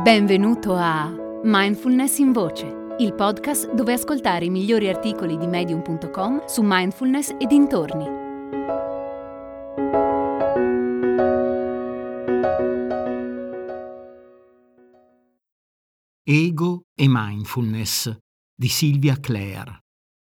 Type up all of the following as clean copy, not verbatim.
Benvenuto a Mindfulness in Voce, il podcast dove ascoltare i migliori articoli di Medium.com su mindfulness e dintorni. Ego e Mindfulness di Sylvia Clare.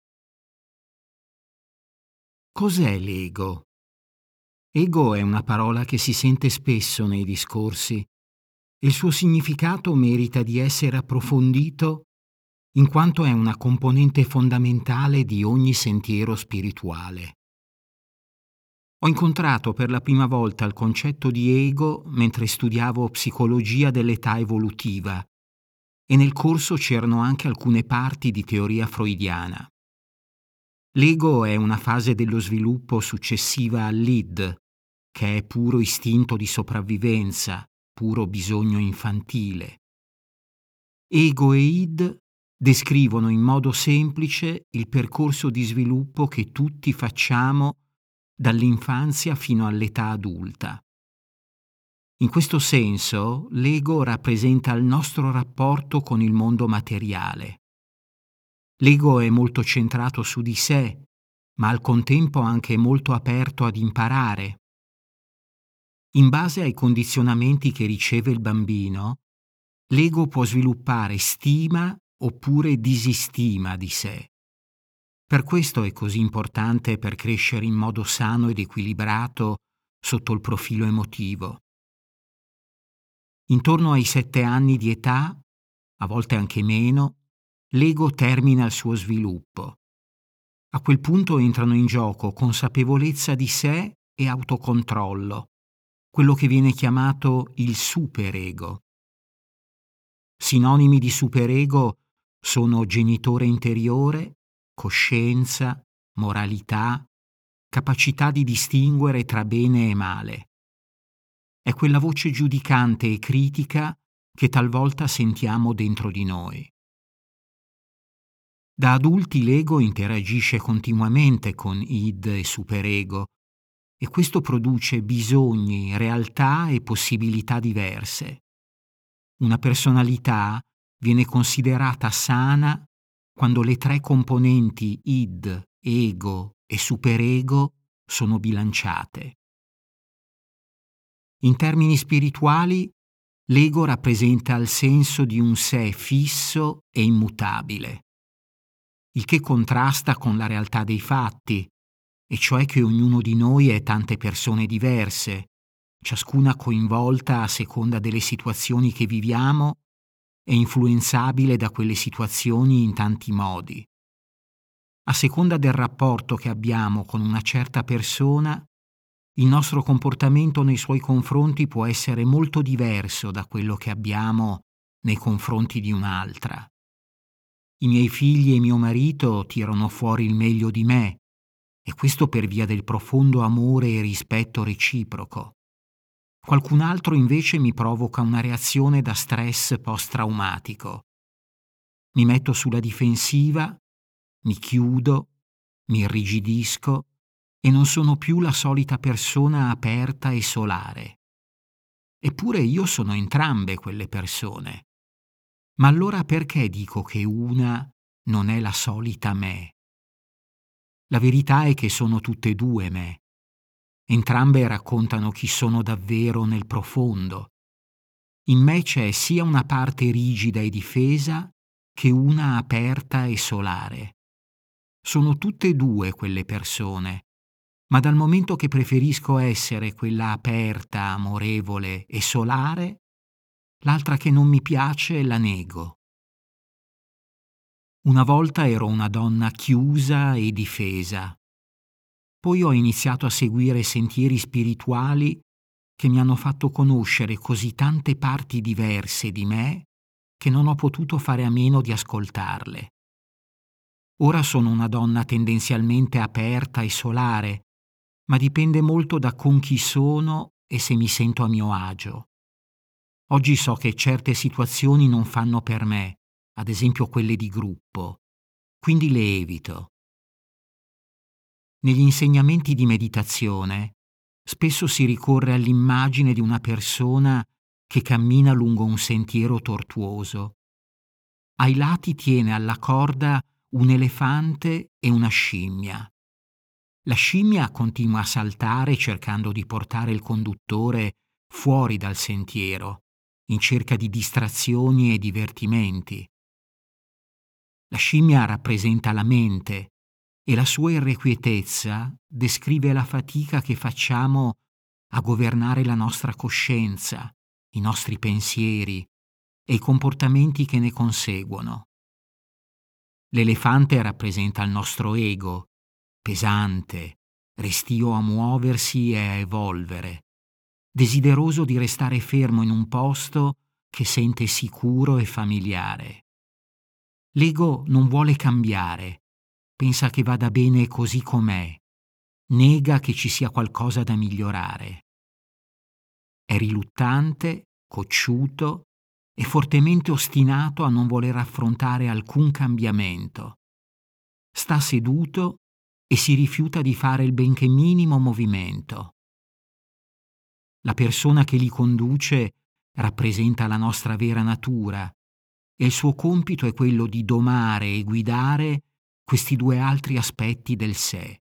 Cos'è l'ego? Ego è una parola che si sente spesso nei discorsi e il suo significato merita di essere approfondito in quanto è una componente fondamentale di ogni sentiero spirituale. Ho incontrato per la prima volta il concetto di ego mentre studiavo psicologia dell'età evolutiva e nel corso c'erano anche alcune parti di teoria freudiana. L'ego è una fase dello sviluppo successiva all'id, che è puro istinto di sopravvivenza, puro bisogno infantile. Ego e id descrivono in modo semplice il percorso di sviluppo che tutti facciamo dall'infanzia fino all'età adulta. In questo senso, l'ego rappresenta il nostro rapporto con il mondo materiale. L'ego è molto centrato su di sé, ma al contempo anche molto aperto ad imparare. In base ai condizionamenti che riceve il bambino, l'ego può sviluppare stima oppure disistima di sé. Per questo è così importante per crescere in modo sano ed equilibrato sotto il profilo emotivo. Intorno ai 7 anni di età, a volte anche meno, l'ego termina il suo sviluppo. A quel punto entrano in gioco consapevolezza di sé e autocontrollo, quello che viene chiamato il superego. Sinonimi di superego sono genitore interiore, coscienza, moralità, capacità di distinguere tra bene e male. È quella voce giudicante e critica che talvolta sentiamo dentro di noi. Da adulti l'ego interagisce continuamente con id e superego e questo produce bisogni, realtà e possibilità diverse. Una personalità viene considerata sana quando le 3 componenti id, ego e superego sono bilanciate. In termini spirituali, l'ego rappresenta il senso di un sé fisso e immutabile, il che contrasta con la realtà dei fatti, e cioè che ognuno di noi è tante persone diverse, ciascuna coinvolta a seconda delle situazioni che viviamo e influenzabile da quelle situazioni in tanti modi. A seconda del rapporto che abbiamo con una certa persona, il nostro comportamento nei suoi confronti può essere molto diverso da quello che abbiamo nei confronti di un'altra. I miei figli e mio marito tirano fuori il meglio di me, e questo per via del profondo amore e rispetto reciproco. Qualcun altro invece mi provoca una reazione da stress post-traumatico. Mi metto sulla difensiva, mi chiudo, mi irrigidisco e non sono più la solita persona aperta e solare. Eppure io sono entrambe quelle persone. Ma allora perché dico che una non è la solita me? La verità è che sono tutte e 2 me. Entrambe raccontano chi sono davvero nel profondo. In me c'è sia una parte rigida e difesa che una aperta e solare. Sono tutte e 2 quelle persone, ma dal momento che preferisco essere quella aperta, amorevole e solare, l'altra che non mi piace la nego. Una volta ero una donna chiusa e difesa. Poi ho iniziato a seguire sentieri spirituali che mi hanno fatto conoscere così tante parti diverse di me che non ho potuto fare a meno di ascoltarle. Ora sono una donna tendenzialmente aperta e solare, ma dipende molto da con chi sono e se mi sento a mio agio. Oggi so che certe situazioni non fanno per me, ad esempio quelle di gruppo, quindi le evito. Negli insegnamenti di meditazione spesso si ricorre all'immagine di una persona che cammina lungo un sentiero tortuoso. Ai lati tiene alla corda un elefante e una scimmia. La scimmia continua a saltare cercando di portare il conduttore fuori dal sentiero, in cerca di distrazioni e divertimenti. La scimmia rappresenta la mente e la sua irrequietezza descrive la fatica che facciamo a governare la nostra coscienza, i nostri pensieri e i comportamenti che ne conseguono. L'elefante rappresenta il nostro ego, pesante, restio a muoversi e a evolvere, desideroso di restare fermo in un posto che sente sicuro e familiare. L'ego non vuole cambiare, pensa che vada bene così com'è, nega che ci sia qualcosa da migliorare. È riluttante, cocciuto e fortemente ostinato a non voler affrontare alcun cambiamento. Sta seduto e si rifiuta di fare il benché minimo movimento. La persona che li conduce rappresenta la nostra vera natura e il suo compito è quello di domare e guidare questi due altri aspetti del sé.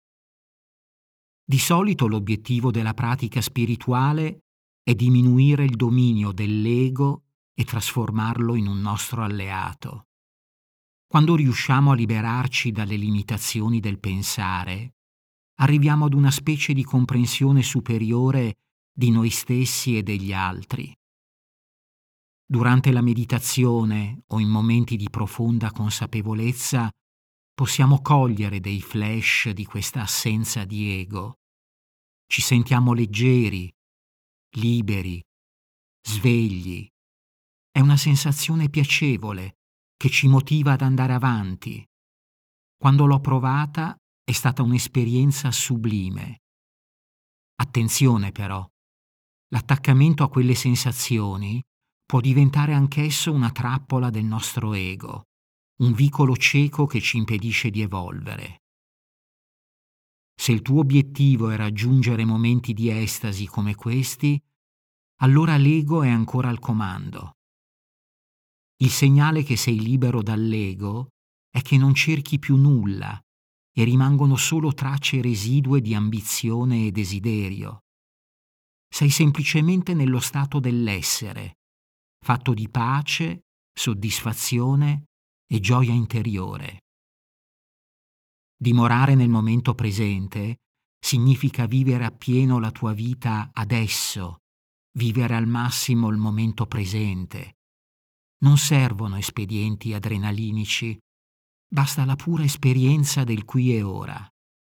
Di solito l'obiettivo della pratica spirituale è diminuire il dominio dell'ego e trasformarlo in un nostro alleato. Quando riusciamo a liberarci dalle limitazioni del pensare, arriviamo ad una specie di comprensione superiore di noi stessi e degli altri. Durante la meditazione o in momenti di profonda consapevolezza possiamo cogliere dei flash di questa assenza di ego. Ci sentiamo leggeri, liberi, svegli. È una sensazione piacevole che ci motiva ad andare avanti. Quando l'ho provata è stata un'esperienza sublime. Attenzione però, l'attaccamento a quelle sensazioni può diventare anch'esso una trappola del nostro ego, un vicolo cieco che ci impedisce di evolvere. Se il tuo obiettivo è raggiungere momenti di estasi come questi, allora l'ego è ancora al comando. Il segnale che sei libero dall'ego è che non cerchi più nulla e rimangono solo tracce residue di ambizione e desiderio. Sei semplicemente nello stato dell'essere, fatto di pace, soddisfazione e gioia interiore. Dimorare nel momento presente significa vivere appieno la tua vita adesso, vivere al massimo il momento presente. Non servono espedienti adrenalinici, basta la pura esperienza del qui e ora.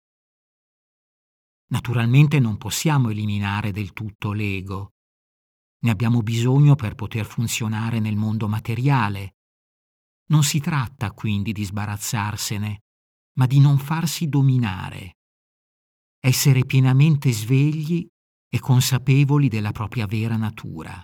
Naturalmente non possiamo eliminare del tutto l'ego. Ne abbiamo bisogno per poter funzionare nel mondo materiale. Non si tratta quindi di sbarazzarsene, ma di non farsi dominare. Essere pienamente svegli e consapevoli della propria vera natura.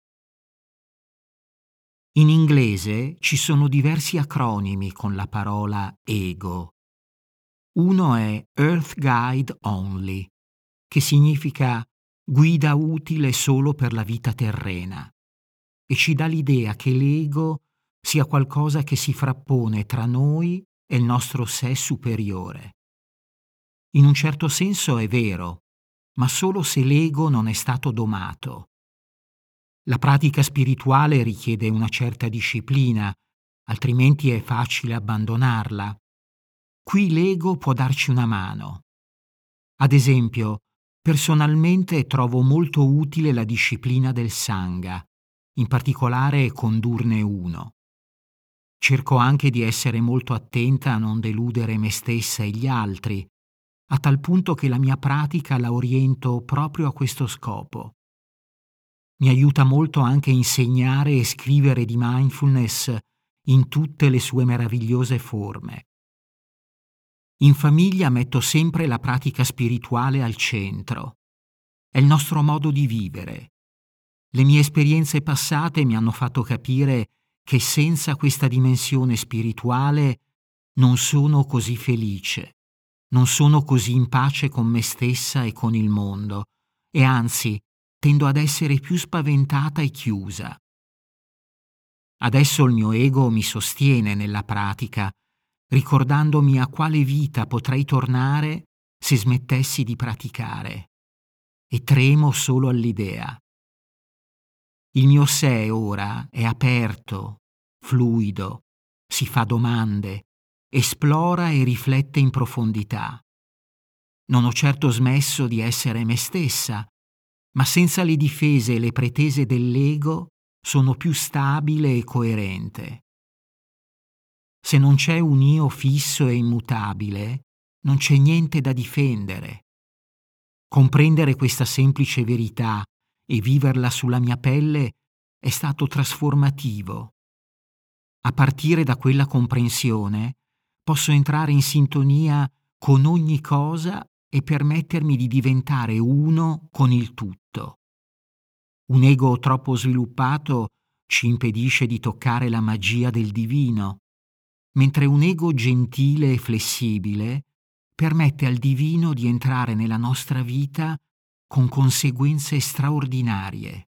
In inglese ci sono diversi acronimi con la parola ego. Uno è Earth Guide Only, che significa guida utile solo per la vita terrena, e ci dà l'idea che l'ego sia qualcosa che si frappone tra noi e il nostro sé superiore. In un certo senso è vero, ma solo se l'ego non è stato domato. La pratica spirituale richiede una certa disciplina, altrimenti è facile abbandonarla. Qui l'ego può darci una mano. Ad esempio, personalmente trovo molto utile la disciplina del Sangha, in particolare condurne uno. Cerco anche di essere molto attenta a non deludere me stessa e gli altri, a tal punto che la mia pratica la oriento proprio a questo scopo. Mi aiuta molto anche insegnare e scrivere di mindfulness in tutte le sue meravigliose forme. In famiglia metto sempre la pratica spirituale al centro. È il nostro modo di vivere. Le mie esperienze passate mi hanno fatto capire che senza questa dimensione spirituale non sono così felice, non sono così in pace con me stessa e con il mondo, e anzi tendo ad essere più spaventata e chiusa. Adesso il mio ego mi sostiene nella pratica, ricordandomi a quale vita potrei tornare se smettessi di praticare, e tremo solo all'idea. Il mio sé ora è aperto, fluido, si fa domande, esplora e riflette in profondità. Non ho certo smesso di essere me stessa, ma senza le difese e le pretese dell'ego sono più stabile e coerente. Se non c'è un io fisso e immutabile, non c'è niente da difendere. Comprendere questa semplice verità e viverla sulla mia pelle è stato trasformativo. A partire da quella comprensione, posso entrare in sintonia con ogni cosa e permettermi di diventare uno con il tutto. Un ego troppo sviluppato ci impedisce di toccare la magia del divino, mentre un ego gentile e flessibile permette al divino di entrare nella nostra vita con conseguenze straordinarie.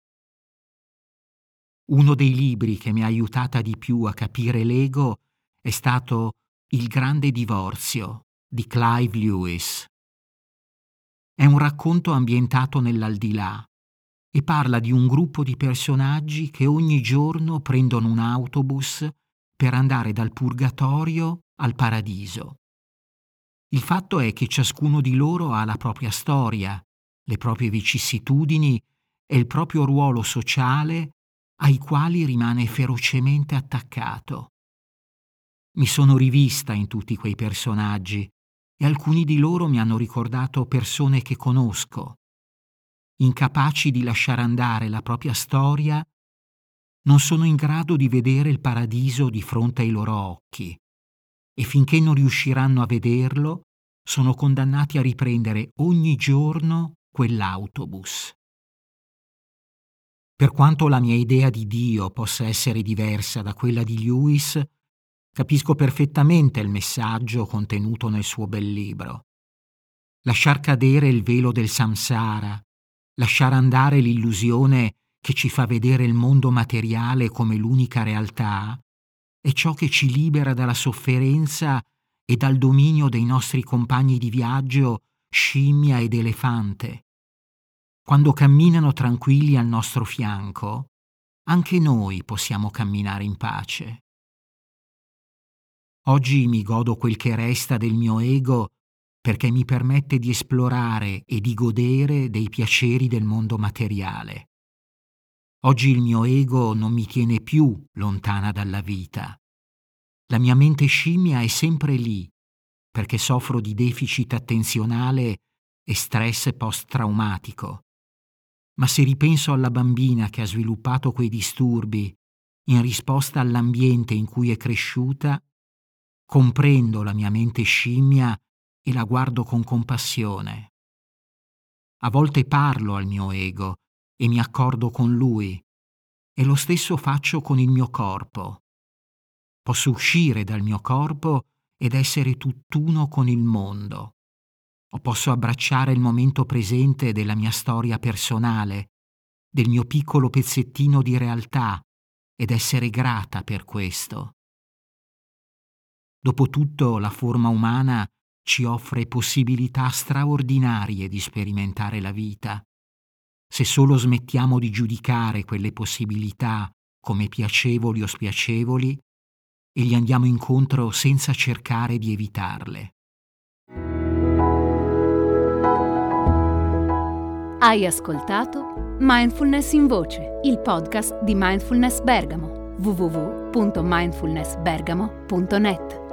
Uno dei libri che mi ha aiutata di più a capire l'ego è stato Il grande divorzio di Clive Lewis. È un racconto ambientato nell'aldilà e parla di un gruppo di personaggi che ogni giorno prendono un autobus per andare dal purgatorio al paradiso. Il fatto è che ciascuno di loro ha la propria storia, le proprie vicissitudini e il proprio ruolo sociale ai quali rimane ferocemente attaccato. Mi sono rivista in tutti quei personaggi e alcuni di loro mi hanno ricordato persone che conosco. Incapaci di lasciare andare la propria storia, non sono in grado di vedere il paradiso di fronte ai loro occhi e finché non riusciranno a vederlo, sono condannati a riprendere ogni giorno quell'autobus. Per quanto la mia idea di Dio possa essere diversa da quella di Lewis, capisco perfettamente il messaggio contenuto nel suo bel libro. Lasciar cadere il velo del samsara, lasciare andare l'illusione che ci fa vedere il mondo materiale come l'unica realtà, è ciò che ci libera dalla sofferenza e dal dominio dei nostri compagni di viaggio scimmia ed elefante. Quando camminano tranquilli al nostro fianco, anche noi possiamo camminare in pace. Oggi mi godo quel che resta del mio ego perché mi permette di esplorare e di godere dei piaceri del mondo materiale. Oggi il mio ego non mi tiene più lontana dalla vita. La mia mente scimmia è sempre lì, perché soffro di deficit attenzionale e stress post-traumatico. Ma se ripenso alla bambina che ha sviluppato quei disturbi in risposta all'ambiente in cui è cresciuta, comprendo la mia mente scimmia e la guardo con compassione. A volte parlo al mio ego e mi accordo con lui, e lo stesso faccio con il mio corpo. Posso uscire dal mio corpo ed essere tutt'uno con il mondo. O posso abbracciare il momento presente della mia storia personale, del mio piccolo pezzettino di realtà, ed essere grata per questo. Dopotutto, la forma umana ci offre possibilità straordinarie di sperimentare la vita. Se solo smettiamo di giudicare quelle possibilità come piacevoli o spiacevoli e gli andiamo incontro senza cercare di evitarle. Hai ascoltato Mindfulness in Voce, il podcast di Mindfulness Bergamo, www.mindfulnessbergamo.net.